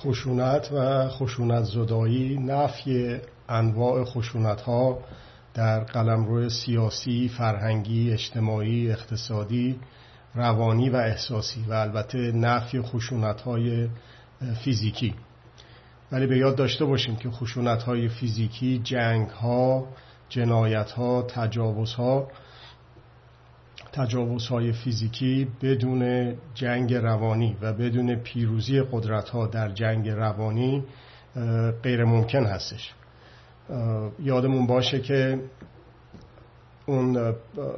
خشونت و خشونت زدایی، نفی انواع خشونت‌ها در قلمرو سیاسی، فرهنگی، اجتماعی، اقتصادی، روانی و احساسی و البته نفی خشونت‌های فیزیکی. ولی به یاد داشته باشیم که خشونت‌های فیزیکی، جنگ‌ها، جنایت‌ها، تجاوزهای فیزیکی بدون جنگ روانی و بدون پیروزی قدرت‌ها در جنگ روانی غیر ممکن هستش. یادمون باشه که اون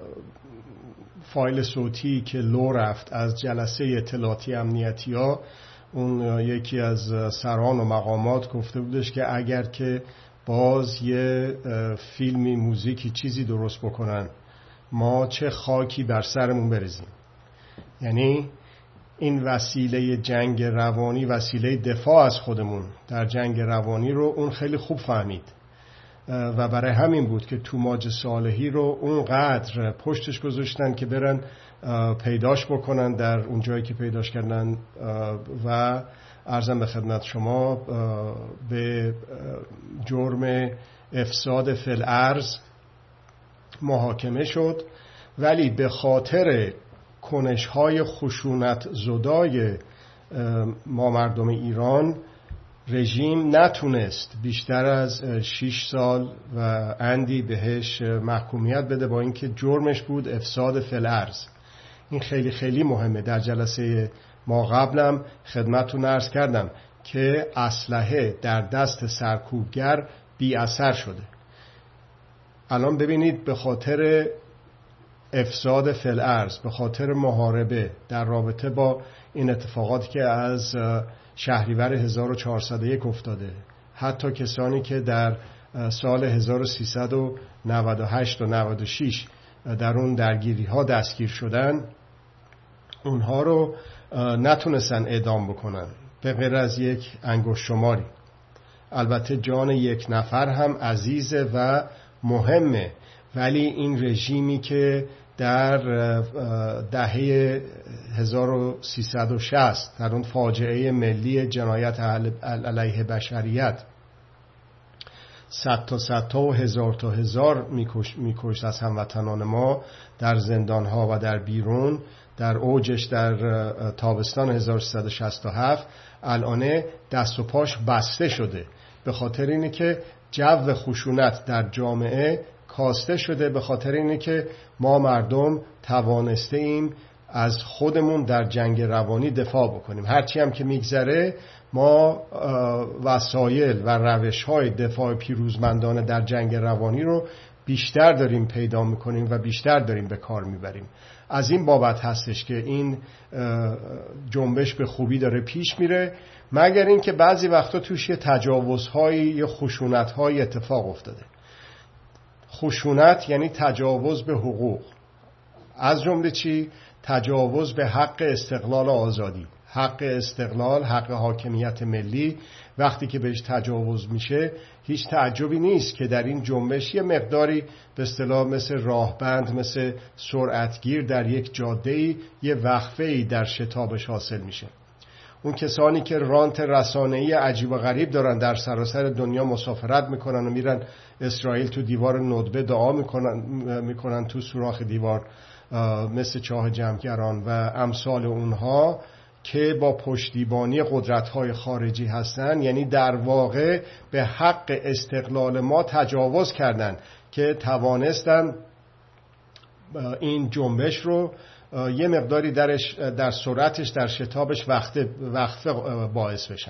فایل صوتی که لو رفت از جلسه اطلاعاتی امنیتی ها، اون یکی از سران و مقامات گفته بودش که اگر که باز یه فیلمی، موزیکی، چیزی درست بکنن، ما چه خاکی بر سرمون بریزیم. یعنی این وسیله جنگ روانی، وسیله دفاع از خودمون در جنگ روانی رو اون خیلی خوب فهمید و برای همین بود که توماج صالحی رو اونقدر پشتش گذاشتن که برن پیداش بکنن در اون جایی که پیداش کردن و عرضم به خدمت شما به جرم افساد فی الارض محاکمه شد. ولی به خاطر کنش‌های خشونت زدای ما مردم ایران، رژیم نتونست بیشتر از 6 سال و اندی بهش محکومیت بده، با اینکه جرمش بود افساد فی الارض. این خیلی خیلی مهمه. در جلسه ما قبلم خدمتتون عرض کردم که اسلحه در دست سرکوبگر بی اثر شده. الان ببینید به خاطر افساد فی الارض، به خاطر محاربه در رابطه با این اتفاقاتی که از شهریور 1401 افتاده، حتی کسانی که در سال 1398 و 96 در اون درگیری ها دستگیر شدن، اونها رو نتونستن اعدام بکنن به غیر از یک انگشت شماری. البته جان یک نفر هم عزیزه و مهمه، ولی این رژیمی که در دهه 1360 در اون فاجعه ملی جنایت علیه بشریت 100 تا و 1000 میکشت از هموطنان ما در زندانها و در بیرون. در اوجش در تابستان 1367 الانه دست و پاش بسته شده، به خاطر اینه که جو خشونت در جامعه کاسته شده، به خاطر اینه که ما مردم توانسته ایم از خودمون در جنگ روانی دفاع بکنیم. هرچی هم که میگذره ما وسایل و روش‌های دفاع پیروزمندانه در جنگ روانی رو بیشتر داریم پیدا میکنیم و بیشتر داریم به کار میبریم. از این بابت هستش که این جنبش به خوبی داره پیش میره، مگر اینکه بعضی وقتا توش یه تجاوزهایی یا خشونت‌های اتفاق افتاده. خشونت یعنی تجاوز به حقوق، از جمله چی؟ تجاوز به حق استقلال و آزادی، حق استقلال، حق حاکمیت ملی. وقتی که بهش تجاوز میشه هیچ تعجبی نیست که در این جنبش یه مقداری به اصطلاح مثل راهبند، مثل سرعتگیر در یک جاده‌ای یه وقفه‌ای در شتابش حاصل میشه. اون کسانی که رانت رسانه‌ای عجیب و غریب دارن، در سراسر دنیا مسافرت میکنن و میرن اسرائیل، تو دیوار ندبه دعا میکنن تو سوراخ دیوار مثل چاه جمگران و امثال اونها که با پشتیبانی قدرت‌های خارجی هستن، یعنی در واقع به حق استقلال ما تجاوز کردن که توانستن این جنبش رو یه مقداری در سرعتش، در شتابش وقفه باعث بشن.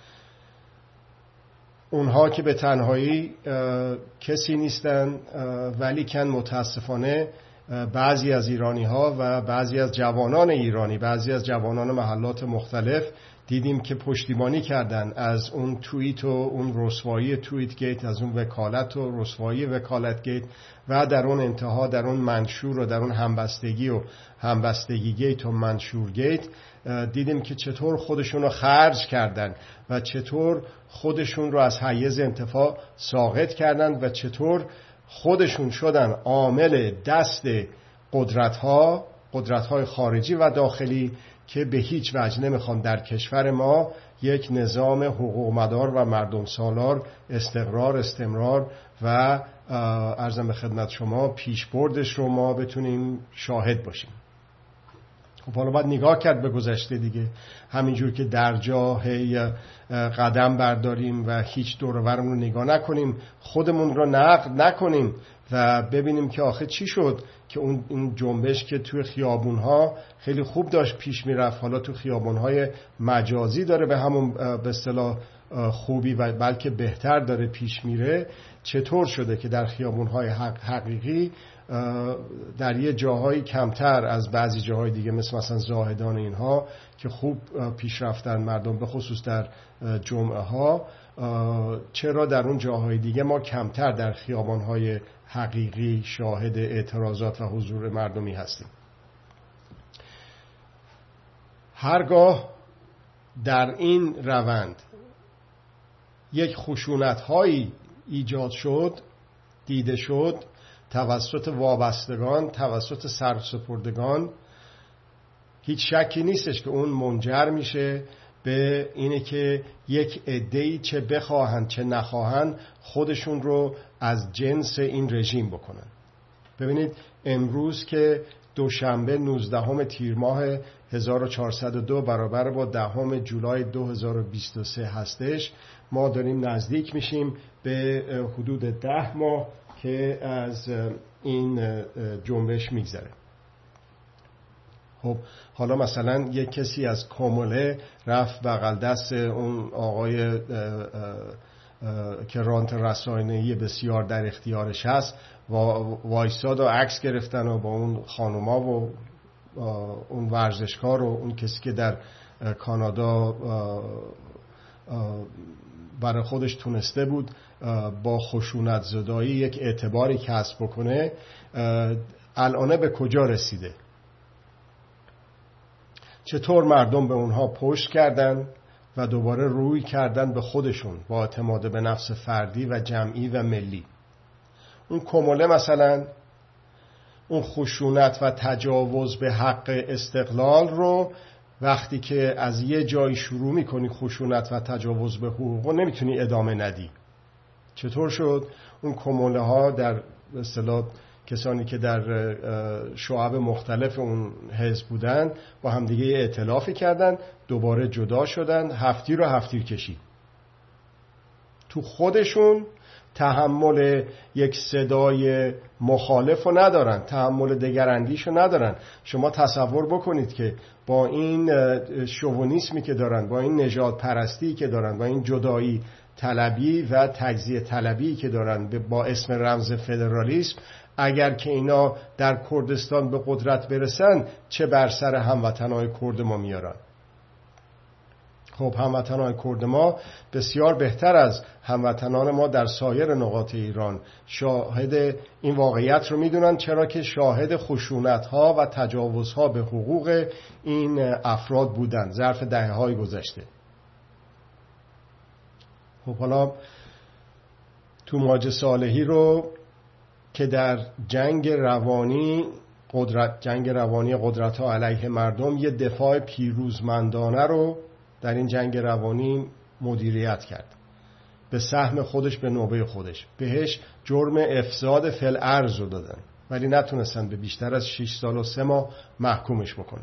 اونها که به تنهایی کسی نیستن، ولی کن متاسفانه بعضی از ایرانی ها و بعضی از جوانان ایرانی، بعضی از جوانان محلات مختلف دیدیم که پشتیبانی کردن از اون توییت و اون رسوایی توییت گیت، از اون وکالت و رسوایی وکالت گیت و در اون انتها در اون منشور و در اون همبستگی و همبستگی گیت و منشور گیت دیدیم که چطور خودشون رو خرج کردن و چطور خودشون رو از حیز انتفاع ساقط کردن و چطور خودشون شدن عامل دست قدرت‌های خارجی و داخلی که به هیچ وجه نمیخوان در کشور ما یک نظام حقوق مدار و مردم سالار، استمرار و عرضم به خدمت شما پیشبردش رو ما بتونیم شاهد باشیم. خب حالا باید نگاه کرد به گذشته دیگه، همینجور که در جا قدم برداریم و هیچ دور و برمون رو نگاه نکنیم، خودمون رو نقد نکنیم و ببینیم که آخه چی شد که این جنبش که توی خیابونها خیلی خوب داشت پیش میرفت، حالا تو خیابونهای مجازی داره به همون به اصطلاح خوبی و بلکه بهتر داره پیش میره. چطور شده که در خیابونهای حقیقی در یه جاهایی کمتر از بعضی جاهای دیگه مثلا زاهدان اینها که خوب پیش رفتن مردم به خصوص در جمعه ها، چرا در اون جاهای دیگه ما کمتر در خیابانهای حقیقی شاهد اعتراضات و حضور مردمی هستیم؟ هرگاه در این روند یک خشونت‌هایی ایجاد شد، دیده شد توسط وابستگان، توسط سرسپردگان، هیچ شکی نیستش که اون منجر میشه به اینه که یک عده‌ای چه بخواهند چه نخواهند خودشون رو از جنس این رژیم بکنن. ببینید امروز که دوشنبه 19 تیر ماه 1402 برابر با 10 جولای 2023 هستش، ما داریم نزدیک میشیم به حدود 10 ماه که از این جنبش میگذره. خب حالا مثلا یک کسی از کامله رفت بغل دست اون آقای که رانت رسانه‌ای بسیار در اختیارش هست و وایساد و عکس گرفتن و با اون خانوما و اون ورزشکار و اون کسی که در کانادا برای خودش تونسته بود با خشونت زدایی یک اعتباری کسب بکنه، الان به کجا رسیده؟ چطور مردم به اونها پشت کردن و دوباره روی کردن به خودشون با اعتماد به نفس فردی و جمعی و ملی. اون کموله مثلا اون خشونت و تجاوز به حق استقلال رو وقتی که از یه جایی شروع میکنی خشونت و تجاوز به حقوق نمیتونی ادامه ندی. چطور شد؟ اون کموله ها در به اصطلاح کسانی که در شعب مختلف اون حزب بودن با همدیگه ائتلافی کردن، دوباره جدا شدن، هفتیر و هفتیر کشی. تو خودشون تحمل یک صدای مخالف رو ندارن، تحمل دگراندیش رو ندارن. شما تصور بکنید که با این شوونیسمی که دارن، با این نژاد پرستی که دارن، با این جدایی طلبی و تجزیه طلبی که دارن با اسم رمز فدرالیسم، اگر که اینا در کردستان به قدرت برسن چه بر سر هموطنهای کرد ما میارن؟ خب هموطنهای کرد ما بسیار بهتر از هموطنان ما در سایر نقاط ایران شاهد این واقعیت رو میدونن، چرا که شاهد خشونت‌ها و تجاوزها به حقوق این افراد بودن ظرف دهه‌های گذشته. خب حالا توماج صالحی رو که در جنگ روانی قدرت‌ها علیه مردم یه دفاع پیروزمندانه رو در این جنگ روانی مدیریت کرد، به سهم خودش به نوبه خودش بهش جرم افساد فی الارض رو دادن، ولی نتونستن به بیشتر از 6 سال و 3 ماه محکومش بکنن.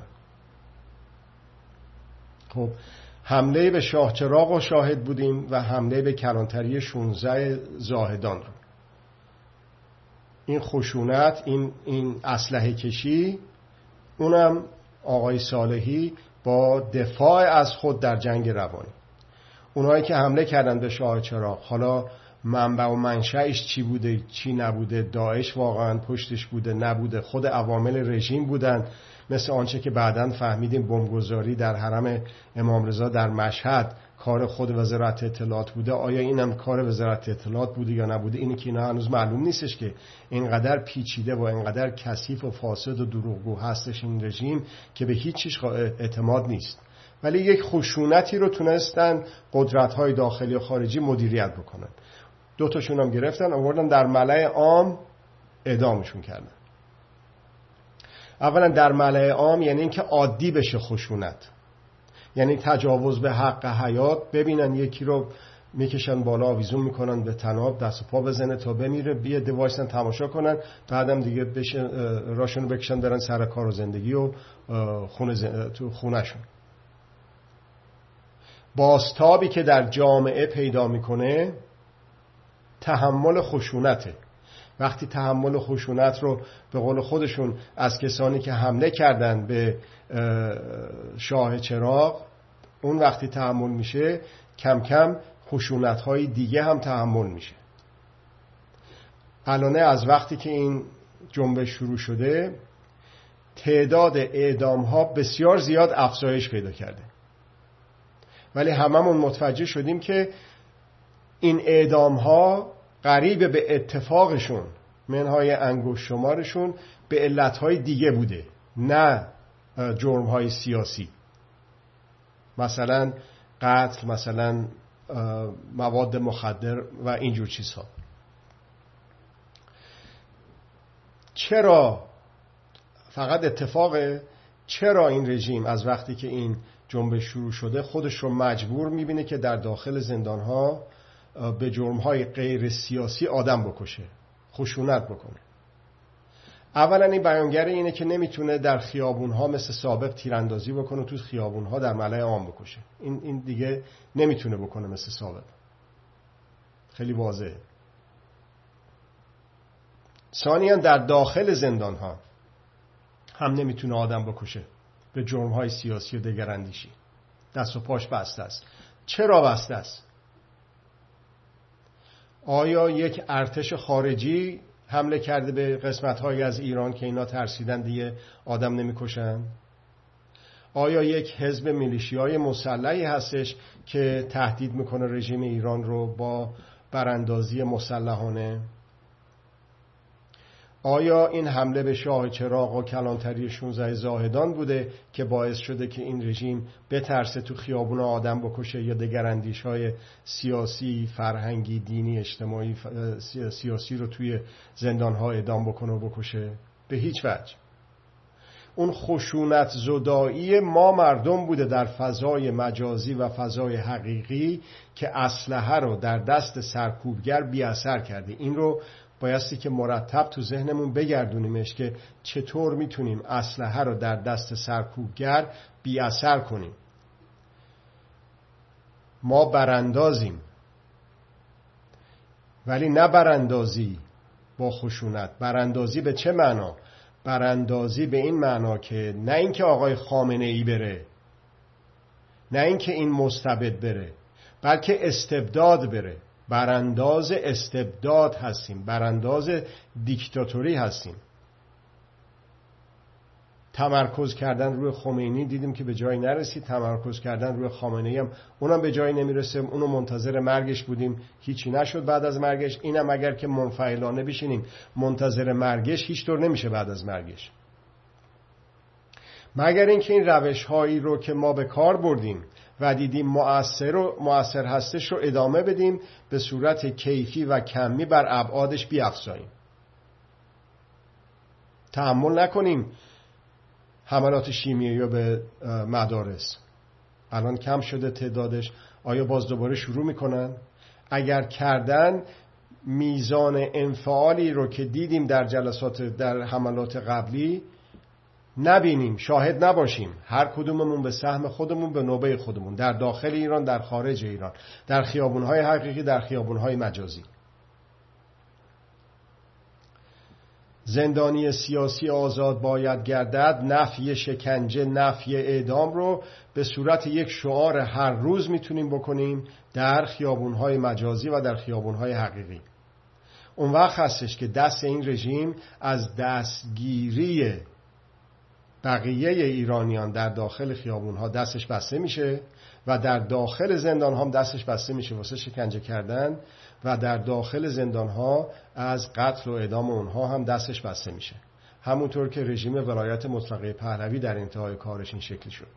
خب حمله به شاه چراغ رو شاهد بودیم و حمله به کلانتری 16 زاهدان رو. این خشونت، این اسلحه کشی، اونم آقای صالحی با دفاع از خود در جنگ روانی. اونایی که حمله کردن به شاه چراغ، حالا منبع و منشأش چی بوده چی نبوده، داعش واقعا پشتش بوده نبوده، خود عوامل رژیم بودن، مثل آنچه که بعداً فهمیدیم بمبگذاری در حرم امام رضا در مشهد کار خود وزارت اطلاعات بوده. آیا اینم کار وزارت اطلاعات بوده یا نبوده؟ اینی که اینا هنوز معلوم نیستش که اینقدر پیچیده و اینقدر کثیف و فاسد و دروغگو هستش این رژیم که به هیچ چیز اعتماد نیست. ولی یک خشونتی رو تونستن قدرت‌های داخلی و خارجی مدیریت بکنن. 2 تاشون هم گرفتن، آوردن در ملأ عام اعدامشون کردن. اولا در ملأ عام یعنی اینکه عادی بشه خشونت، یعنی تجاوز به حق حیات. ببینن یکی رو میکشن بالا، آویزون میکنن به طناب، دست و پا بزنه تا بمیره، بیا دیوایسن تماشا کنن، بعدم دیگه راشونو بکشن برن سر کار و زندگی و تو خونهشون. بازتابی که در جامعه پیدا میکنه تحمل خشونته. وقتی تحمل خشونت رو به قول خودشون از کسانی که حمله کردن به شاه چراغ، اون وقتی تحمل میشه، کم کم خشونت‌های دیگه هم تحمل میشه. الان از وقتی که این جنبش شروع شده تعداد اعدام‌ها بسیار زیاد افزایش پیدا کرده، ولی هممون متوجه شدیم که این اعدام‌ها قریب به اتفاقشون منهای انگشت شمارشون به علتهای دیگه بوده، نه جرم‌های سیاسی، مثلا قتل، مثلا مواد مخدر و اینجور چیزها. چرا فقط اتفاقه؟ چرا این رژیم از وقتی که این جنبش شروع شده خودش رو مجبور میبینه که در داخل زندانها به جرمهای غیر سیاسی آدم بکشه، خشونت بکنه؟ اولا این بیانگر اینه که نمیتونه در خیابونها مثل سابق تیراندازی بکنه، تو خیابونها در ملأ عام بکشه. این دیگه نمیتونه بکنه مثل سابق، خیلی واضحه. ثانیاً در داخل زندانها هم نمیتونه آدم بکشه به جرمهای سیاسی و دگراندیشی. دست و پاش بسته است. چرا بسته است؟ آیا یک ارتش خارجی حمله کرده به قسمت‌هایی از ایران که اینا ترسیدن دیگه آدم نمی‌کشن؟ آیا یک حزب میلیشیای مسلحی هستش که تهدید میکنه رژیم ایران رو با براندازی مسلحانه؟ آیا این حمله به شاه چراغ و کلانتری 16 زاهدان بوده که باعث شده که این رژیم بترسه تو خیابون آدم بکشه یا دگراندیش‌های سیاسی، فرهنگی، دینی، اجتماعی سیاسی رو توی زندان‌ها اعدام بکنه و بکشه؟ به هیچ وجه. اون خشونت زدایی ما مردم بوده در فضای مجازی و فضای حقیقی که اسلحه رو در دست سرکوبگر بی اثر کرده. این رو بایستی که مرتب تو ذهنمون بگردونیمش که چطور میتونیم اسلحه رو در دست سرکوبگر بی اثر کنیم. ما براندازیم، ولی نه براندازی با خشونت. براندازی به چه معنا؟ براندازی به این معنا که نه اینکه آقای خامنه ای بره، نه اینکه این مستبد بره، بلکه استبداد بره. برانداز استبداد هستیم، برانداز دیکتاتوری هستیم. تمرکز کردن روی خمینی دیدیم که به جایی نرسید، تمرکز کردن روی خامنه‌ای هم اونم به جایی نمیرسه. اونو منتظر مرگش بودیم، هیچی نشد بعد از مرگش. اینم اگر که منفعلانه بشینیم منتظر مرگش، هیچ طور نمیشه بعد از مرگش، مگر اینکه این روش‌هایی رو که ما به کار بردیم و دیدیم مؤثر هستش رو ادامه بدیم، به صورت کیفی و کمی بر ابعادش بیفزاییم. تحمل نکنیم حملات شیمیایی به مدارس. الان کم شده تعدادش، آیا باز دوباره شروع میکنن؟ اگر کردن، میزان انفعالی رو که دیدیم در جلسات، در حملات قبلی نبینیم، شاهد نباشیم. هر کدوممون به سهم خودمون، به نوبه خودمون، در داخل ایران، در خارج ایران، در خیابونهای حقیقی، در خیابونهای مجازی. زندانی سیاسی آزاد باید گردد. نفی شکنجه، نفی اعدام رو به صورت یک شعار هر روز میتونیم بکنیم در خیابونهای مجازی و در خیابونهای حقیقی. اون وقت هستش که دست این رژیم از دستگیری بقیه ایرانیان در داخل خیابونها دستش بسته میشه و در داخل زندانها هم دستش بسته میشه واسه شکنجه کردن، و در داخل زندانها از قتل و اعدام اونها هم دستش بسته میشه، همونطور که رژیم ولایت مطلقه پهلوی در انتهای کارش این شکلی شد.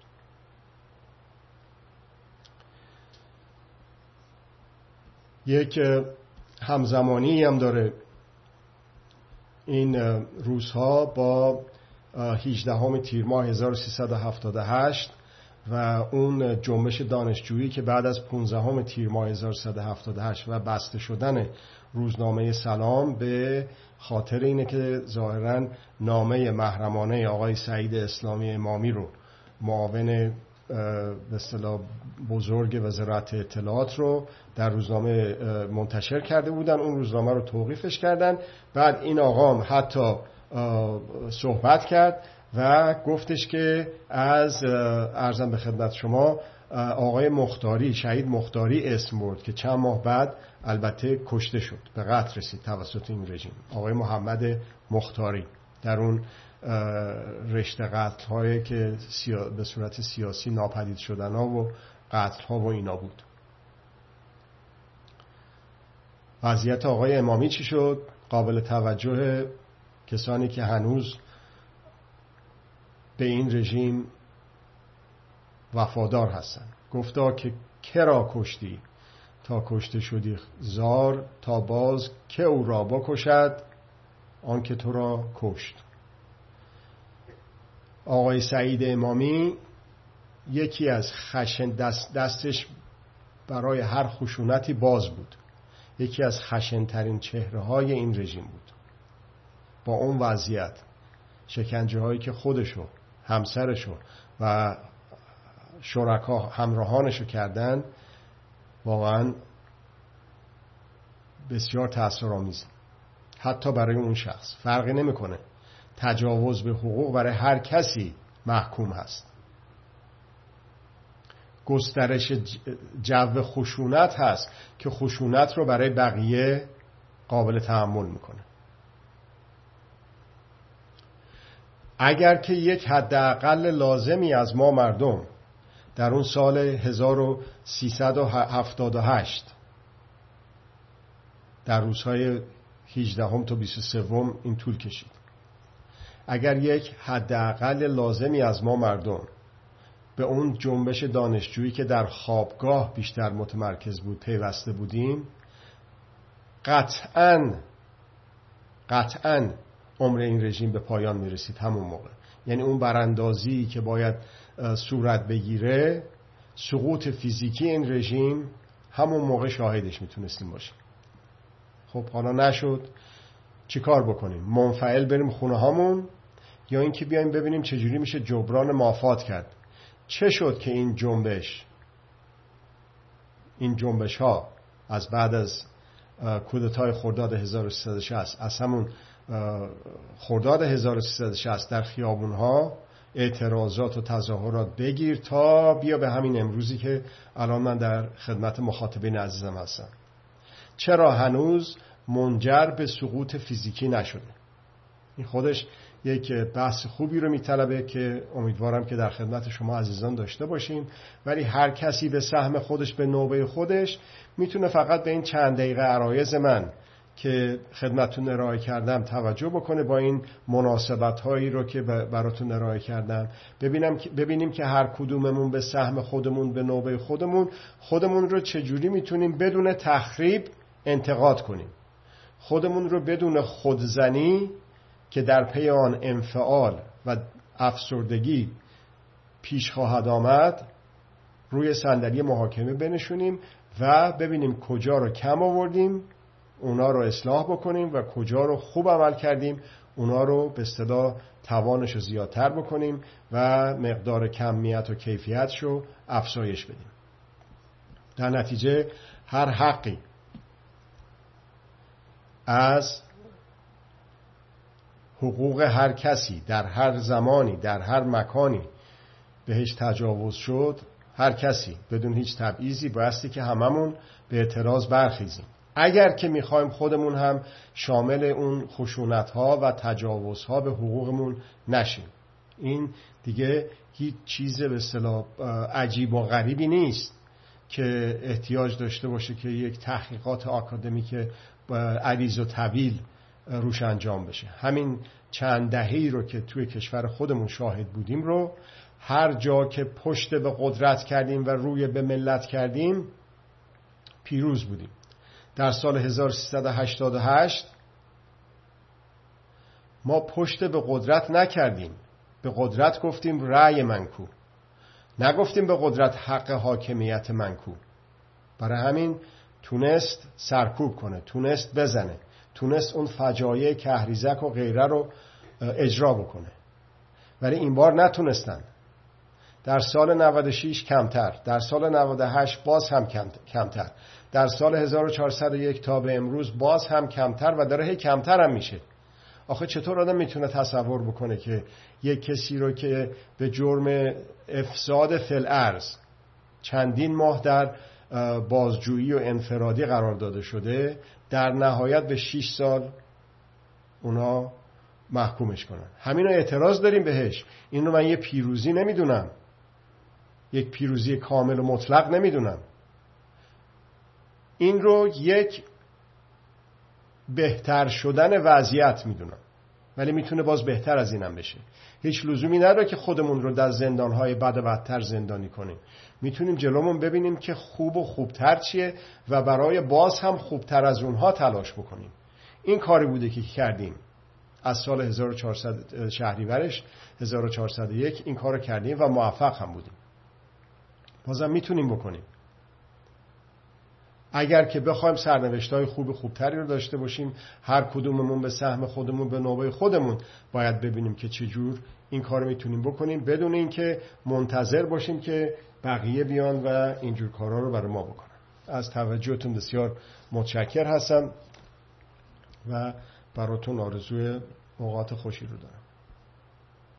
یک همزمانی هم داره این روزها با 18 تیر ماه 1378 و اون جنبش دانشجویی که بعد از 15 تیر ماه 1378 و بسته شدن روزنامه سلام به خاطر اینه که ظاهراً نامه محرمانه آقای سعید اسلامی امامی رو معاون به اصطلاح بزرگ وزارت اطلاعات رو در روزنامه منتشر کرده بودن، اون روزنامه رو توقیفش کردن. بعد این آقا هم حتی صحبت کرد و گفتش که از عرضم به خدمت شما آقای مختاری، شهید مختاری اسم برد که چند ماه بعد البته کشته شد، به قتل رسید توسط این رژیم. آقای محمد مختاری در اون رشته قتل هایی که به صورت سیاسی ناپدید شدن ها و قتل ها و اینا بود. وضعیت آقای امامی چی شد؟ قابل توجه کسانی که هنوز به این رژیم وفادار هستند. گفتا که کرا کشتی تا کشته شدی زار، تا باز که او را بکشد آن که تو را کشت. آقای سعید امامی یکی از خشن دستش برای هر خشونتی باز بود، یکی از خشن‌ترین چهره‌های این رژیم بود. با اون وضعیت شکنجه هایی که خودشو، همسرشو و شرکا همراهانشو کردن واقعا بسیار تأثیرآمیزه. حتی برای اون شخص فرقی نمیکنه، تجاوز به حقوق برای هر کسی محکوم هست. گسترش جو خشونت هست که خشونت رو برای بقیه قابل تحمل میکنه. اگر که یک حداقل لازمی از ما مردم در اون سال 1378 در روزهای 18 تا 23 این طول کشید، اگر یک حداقل لازمی از ما مردم به اون جنبش دانشجویی که در خوابگاه بیشتر متمرکز بود پیوسته بودیم، قطعاً عمر این رژیم به پایان میرسید همون موقع. یعنی اون براندازی که باید صورت بگیره، سقوط فیزیکی این رژیم، همون موقع شاهدش میتونستیم باشیم. خب حالا نشد، چی کار بکنیم؟ منفعل بریم خونه هامون یا اینکه بیایم ببینیم چجوری میشه جبران مافات کرد؟ چه شد که این جنبش ها از بعد از کودتای خرداد 1360، از همون خرداد 1360 در خیابون ها اعتراضات و تظاهرات بگیر تا بیا به همین امروزی که الان من در خدمت مخاطبین عزیزم هستم، چرا هنوز منجر به سقوط فیزیکی نشده؟ این خودش یک بحث خوبی رو میطلبه که امیدوارم که در خدمت شما عزیزان داشته باشیم. ولی هر کسی به سهم خودش، به نوبه خودش میتونه فقط به این چند دقیقه عرایض من که خدمتتون ارائه کردم توجه بکنه، با این مناسبت هایی رو که براتون ارائه کردم ببینیم که هر کدوممون به سهم خودمون، به نوبه خودمون رو چجوری میتونیم بدون تخریب انتقاد کنیم، خودمون رو بدون خودزنی که در پی آن انفعال و افسردگی پیش خواهد آمد روی صندلی محاکمه بنشونیم و ببینیم کجا رو کم آوردیم، اونا رو اصلاح بکنیم و کجا رو خوب عمل کردیم اونا رو به اصطلاح توانش رو زیادتر بکنیم و مقدار کمیت و کیفیتش رو افزایش بدیم. در نتیجه هر حقی از حقوق هر کسی در هر زمانی در هر مکانی بهش تجاوز شد، هر کسی بدون هیچ تبعیضی بایستی که هممون به اعتراض برخیزیم. اگر که میخوایم خودمون هم شامل اون خشونت‌ها و تجاوزها به حقوقمون نشیم. این دیگه هیچ چیز به اصطلاح عجیب و غریبی نیست که احتیاج داشته باشه که یک تحقیقات آکادمیک عریض و طویل روش انجام بشه. همین چند دهه‌ای رو که توی کشور خودمون شاهد بودیم رو هر جا که پشت به قدرت کردیم و روی به ملت کردیم پیروز بودیم. در سال 1388 ما پشت به قدرت نکردیم، به قدرت گفتیم رأی من کو. نگفتیم به قدرت حق حاکمیت من کو. برای همین تونست سرکوب کنه، تونست بزنه، تونست اون فجایع کهریزک و غیره رو اجرا بکنه. ولی این بار نتونستن. در سال 96 کمتر، در سال 98 باز هم کمتر، در سال 1401 تا به امروز باز هم کمتر و داره هی کمتر هم میشه. آخه چطور آدم میتونه تصور بکنه که یک کسی رو که به جرم افساد فی الارض چندین ماه در بازجویی و انفرادی قرار داده شده، در نهایت به 6 سال اونا محکومش کنن. همین رو اعتراض داریم بهش. این رو من یه پیروزی نمیدونم، یک پیروزی کامل و مطلق نمیدونم. این رو یک بهتر شدن وضعیت میدونم، ولی میتونه باز بهتر از اینم بشه. هیچ لزومی نداره که خودمون رو در زندانهای بد و بدتر زندانی کنیم. میتونیم جلومون ببینیم که خوب و خوبتر چیه و برای باز هم خوبتر از اونها تلاش بکنیم. این کاری بوده که کردیم. از سال 1400 شهریورش 1401 این کارو کردیم و موفق هم بودیم. بازم میتونیم بکنیم. اگر که بخوایم سرنوشت‌های خوبتری رو داشته باشیم، هر کدوممون به سهم خودمون به نوبه خودمون باید ببینیم که چجور این کار رو میتونیم بکنیم، بدون اینکه منتظر باشیم که بقیه بیان و اینجور کارا رو برای ما بکنن. از توجهتون بسیار متشکر هستم و براتون آرزوی اوقات خوشی رو دارم.